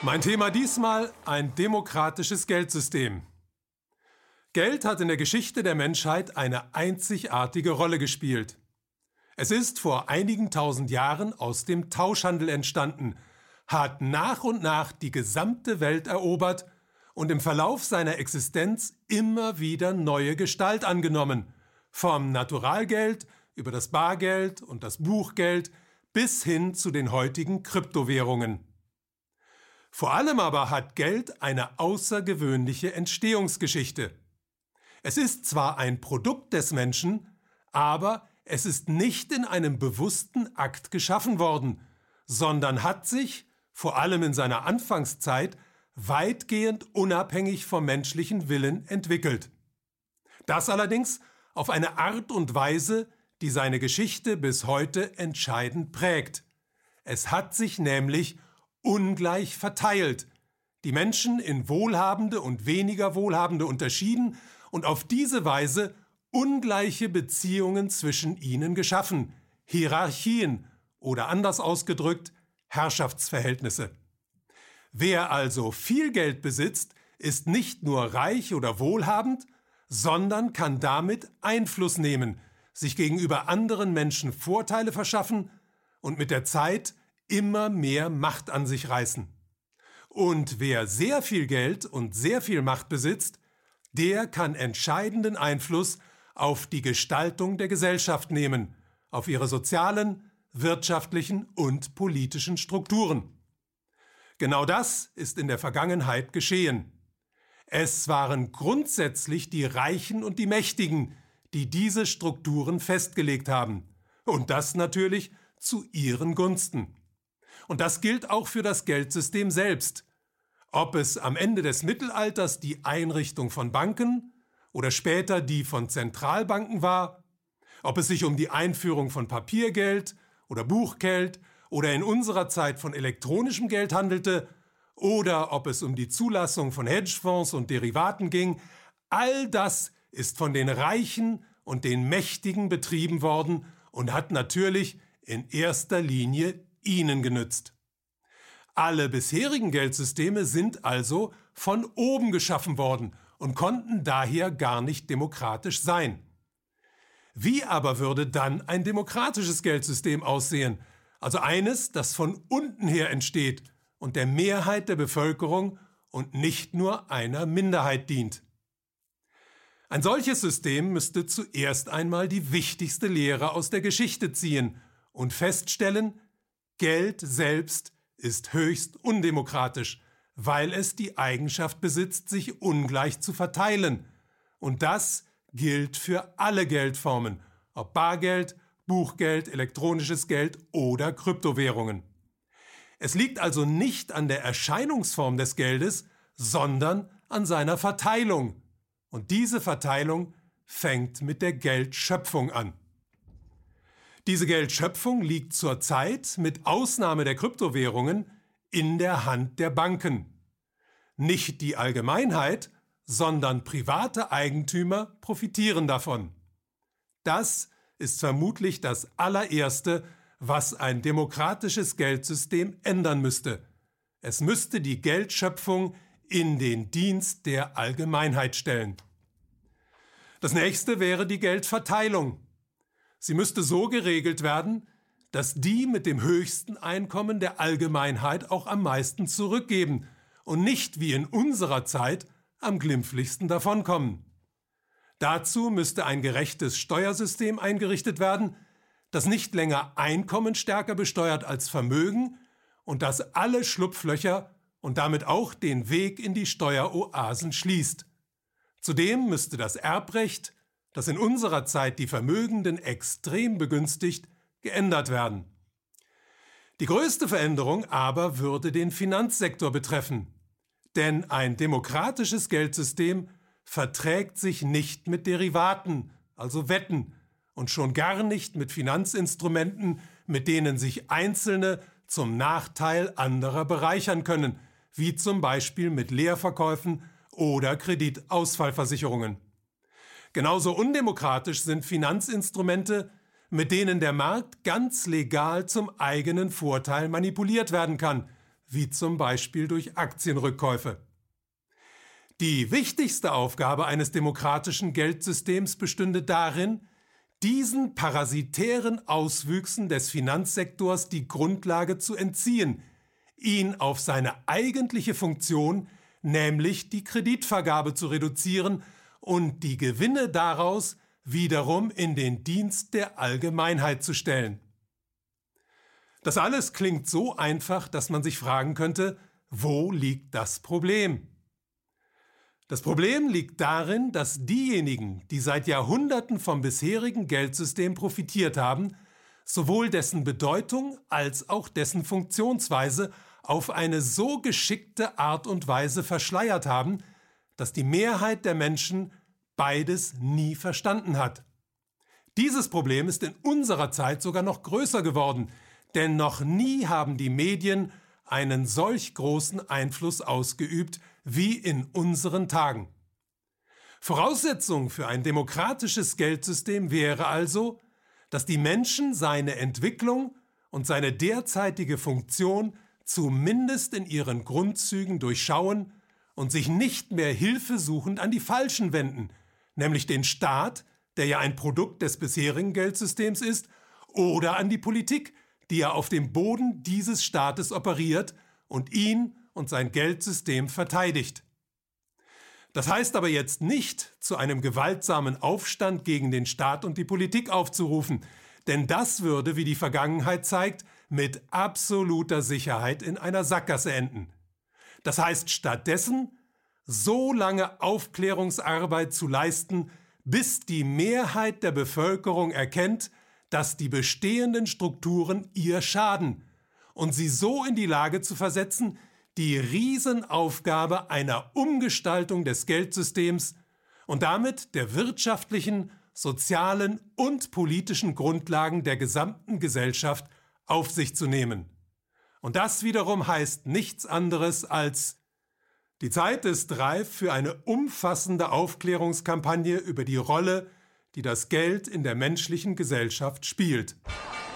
Mein Thema diesmal: ein demokratisches Geldsystem. Geld hat in der Geschichte der Menschheit eine einzigartige Rolle gespielt. Es ist vor einigen tausend Jahren aus dem Tauschhandel entstanden, hat nach und nach die gesamte Welt erobert und im Verlauf seiner Existenz immer wieder neue Gestalt angenommen, vom Naturalgeld über das Bargeld und das Buchgeld bis hin zu den heutigen Kryptowährungen. Vor allem aber hat Geld eine außergewöhnliche Entstehungsgeschichte. Es ist zwar ein Produkt des Menschen, aber es ist nicht in einem bewussten Akt geschaffen worden, sondern hat sich, vor allem in seiner Anfangszeit, weitgehend unabhängig vom menschlichen Willen entwickelt. Das allerdings auf eine Art und Weise, die seine Geschichte bis heute entscheidend prägt. Es hat sich nämlich ungleich verteilt, die Menschen in Wohlhabende und weniger Wohlhabende unterschieden und auf diese Weise ungleiche Beziehungen zwischen ihnen geschaffen, Hierarchien oder anders ausgedrückt Herrschaftsverhältnisse. Wer also viel Geld besitzt, ist nicht nur reich oder wohlhabend, sondern kann damit Einfluss nehmen, sich gegenüber anderen Menschen Vorteile verschaffen und mit der Zeit immer mehr Macht an sich reißen. Und wer sehr viel Geld und sehr viel Macht besitzt, der kann entscheidenden Einfluss auf die Gestaltung der Gesellschaft nehmen, auf ihre sozialen, wirtschaftlichen und politischen Strukturen. Genau das ist in der Vergangenheit geschehen. Es waren grundsätzlich die Reichen und die Mächtigen, die diese Strukturen festgelegt haben. Und das natürlich zu ihren Gunsten. Und das gilt auch für das Geldsystem selbst. Ob es am Ende des Mittelalters die Einrichtung von Banken oder später die von Zentralbanken war, ob es sich um die Einführung von Papiergeld oder Buchgeld oder in unserer Zeit von elektronischem Geld handelte oder ob es um die Zulassung von Hedgefonds und Derivaten ging, all das ist von den Reichen und den Mächtigen betrieben worden und hat natürlich in erster Linie ihnen genützt. Alle bisherigen Geldsysteme sind also von oben geschaffen worden und konnten daher gar nicht demokratisch sein. Wie aber würde dann ein demokratisches Geldsystem aussehen? Also eines, das von unten her entsteht und der Mehrheit der Bevölkerung und nicht nur einer Minderheit dient. Ein solches System müsste zuerst einmal die wichtigste Lehre aus der Geschichte ziehen und feststellen: Geld selbst ist höchst undemokratisch, weil es die Eigenschaft besitzt, sich ungleich zu verteilen. Und das gilt für alle Geldformen, ob Bargeld, Buchgeld, elektronisches Geld oder Kryptowährungen. Es liegt also nicht an der Erscheinungsform des Geldes, sondern an seiner Verteilung. Und diese Verteilung fängt mit der Geldschöpfung an. Diese Geldschöpfung liegt zurzeit, mit Ausnahme der Kryptowährungen, in der Hand der Banken. Nicht die Allgemeinheit, sondern private Eigentümer profitieren davon. Das ist vermutlich das allererste, was ein demokratisches Geldsystem ändern müsste. Es müsste die Geldschöpfung in den Dienst der Allgemeinheit stellen. Das nächste wäre die Geldverteilung. Sie müsste so geregelt werden, dass die mit dem höchsten Einkommen der Allgemeinheit auch am meisten zurückgeben und nicht wie in unserer Zeit am glimpflichsten davonkommen. Dazu müsste ein gerechtes Steuersystem eingerichtet werden, das nicht länger Einkommen stärker besteuert als Vermögen und das alle Schlupflöcher und damit auch den Weg in die Steueroasen schließt. Zudem müsste das Erbrecht, das in unserer Zeit die Vermögenden extrem begünstigt, geändert werden. Die größte Veränderung aber würde den Finanzsektor betreffen. Denn ein demokratisches Geldsystem verträgt sich nicht mit Derivaten, also Wetten, und schon gar nicht mit Finanzinstrumenten, mit denen sich Einzelne zum Nachteil anderer bereichern können, wie zum Beispiel mit Leerverkäufen oder Kreditausfallversicherungen. Genauso undemokratisch sind Finanzinstrumente, mit denen der Markt ganz legal zum eigenen Vorteil manipuliert werden kann, wie zum Beispiel durch Aktienrückkäufe. Die wichtigste Aufgabe eines demokratischen Geldsystems bestünde darin, diesen parasitären Auswüchsen des Finanzsektors die Grundlage zu entziehen, ihn auf seine eigentliche Funktion, nämlich die Kreditvergabe, zu reduzieren und die Gewinne daraus wiederum in den Dienst der Allgemeinheit zu stellen. Das alles klingt so einfach, dass man sich fragen könnte, wo liegt das Problem? Das Problem liegt darin, dass diejenigen, die seit Jahrhunderten vom bisherigen Geldsystem profitiert haben, sowohl dessen Bedeutung als auch dessen Funktionsweise auf eine so geschickte Art und Weise verschleiert haben, dass die Mehrheit der Menschen beides nie verstanden hat. Dieses Problem ist in unserer Zeit sogar noch größer geworden, denn noch nie haben die Medien einen solch großen Einfluss ausgeübt wie in unseren Tagen. Voraussetzung für ein demokratisches Geldsystem wäre also, dass die Menschen seine Entwicklung und seine derzeitige Funktion zumindest in ihren Grundzügen durchschauen und sich nicht mehr hilfesuchend an die Falschen wenden, nämlich den Staat, der ja ein Produkt des bisherigen Geldsystems ist, oder an die Politik, die ja auf dem Boden dieses Staates operiert und ihn und sein Geldsystem verteidigt. Das heißt aber jetzt nicht, zu einem gewaltsamen Aufstand gegen den Staat und die Politik aufzurufen, denn das würde, wie die Vergangenheit zeigt, mit absoluter Sicherheit in einer Sackgasse enden. Das heißt stattdessen, so lange Aufklärungsarbeit zu leisten, bis die Mehrheit der Bevölkerung erkennt, dass die bestehenden Strukturen ihr schaden und sie so in die Lage zu versetzen, die Riesenaufgabe einer Umgestaltung des Geldsystems und damit der wirtschaftlichen, sozialen und politischen Grundlagen der gesamten Gesellschaft auf sich zu nehmen. Und das wiederum heißt nichts anderes als: Die Zeit ist reif für eine umfassende Aufklärungskampagne über die Rolle, die das Geld in der menschlichen Gesellschaft spielt.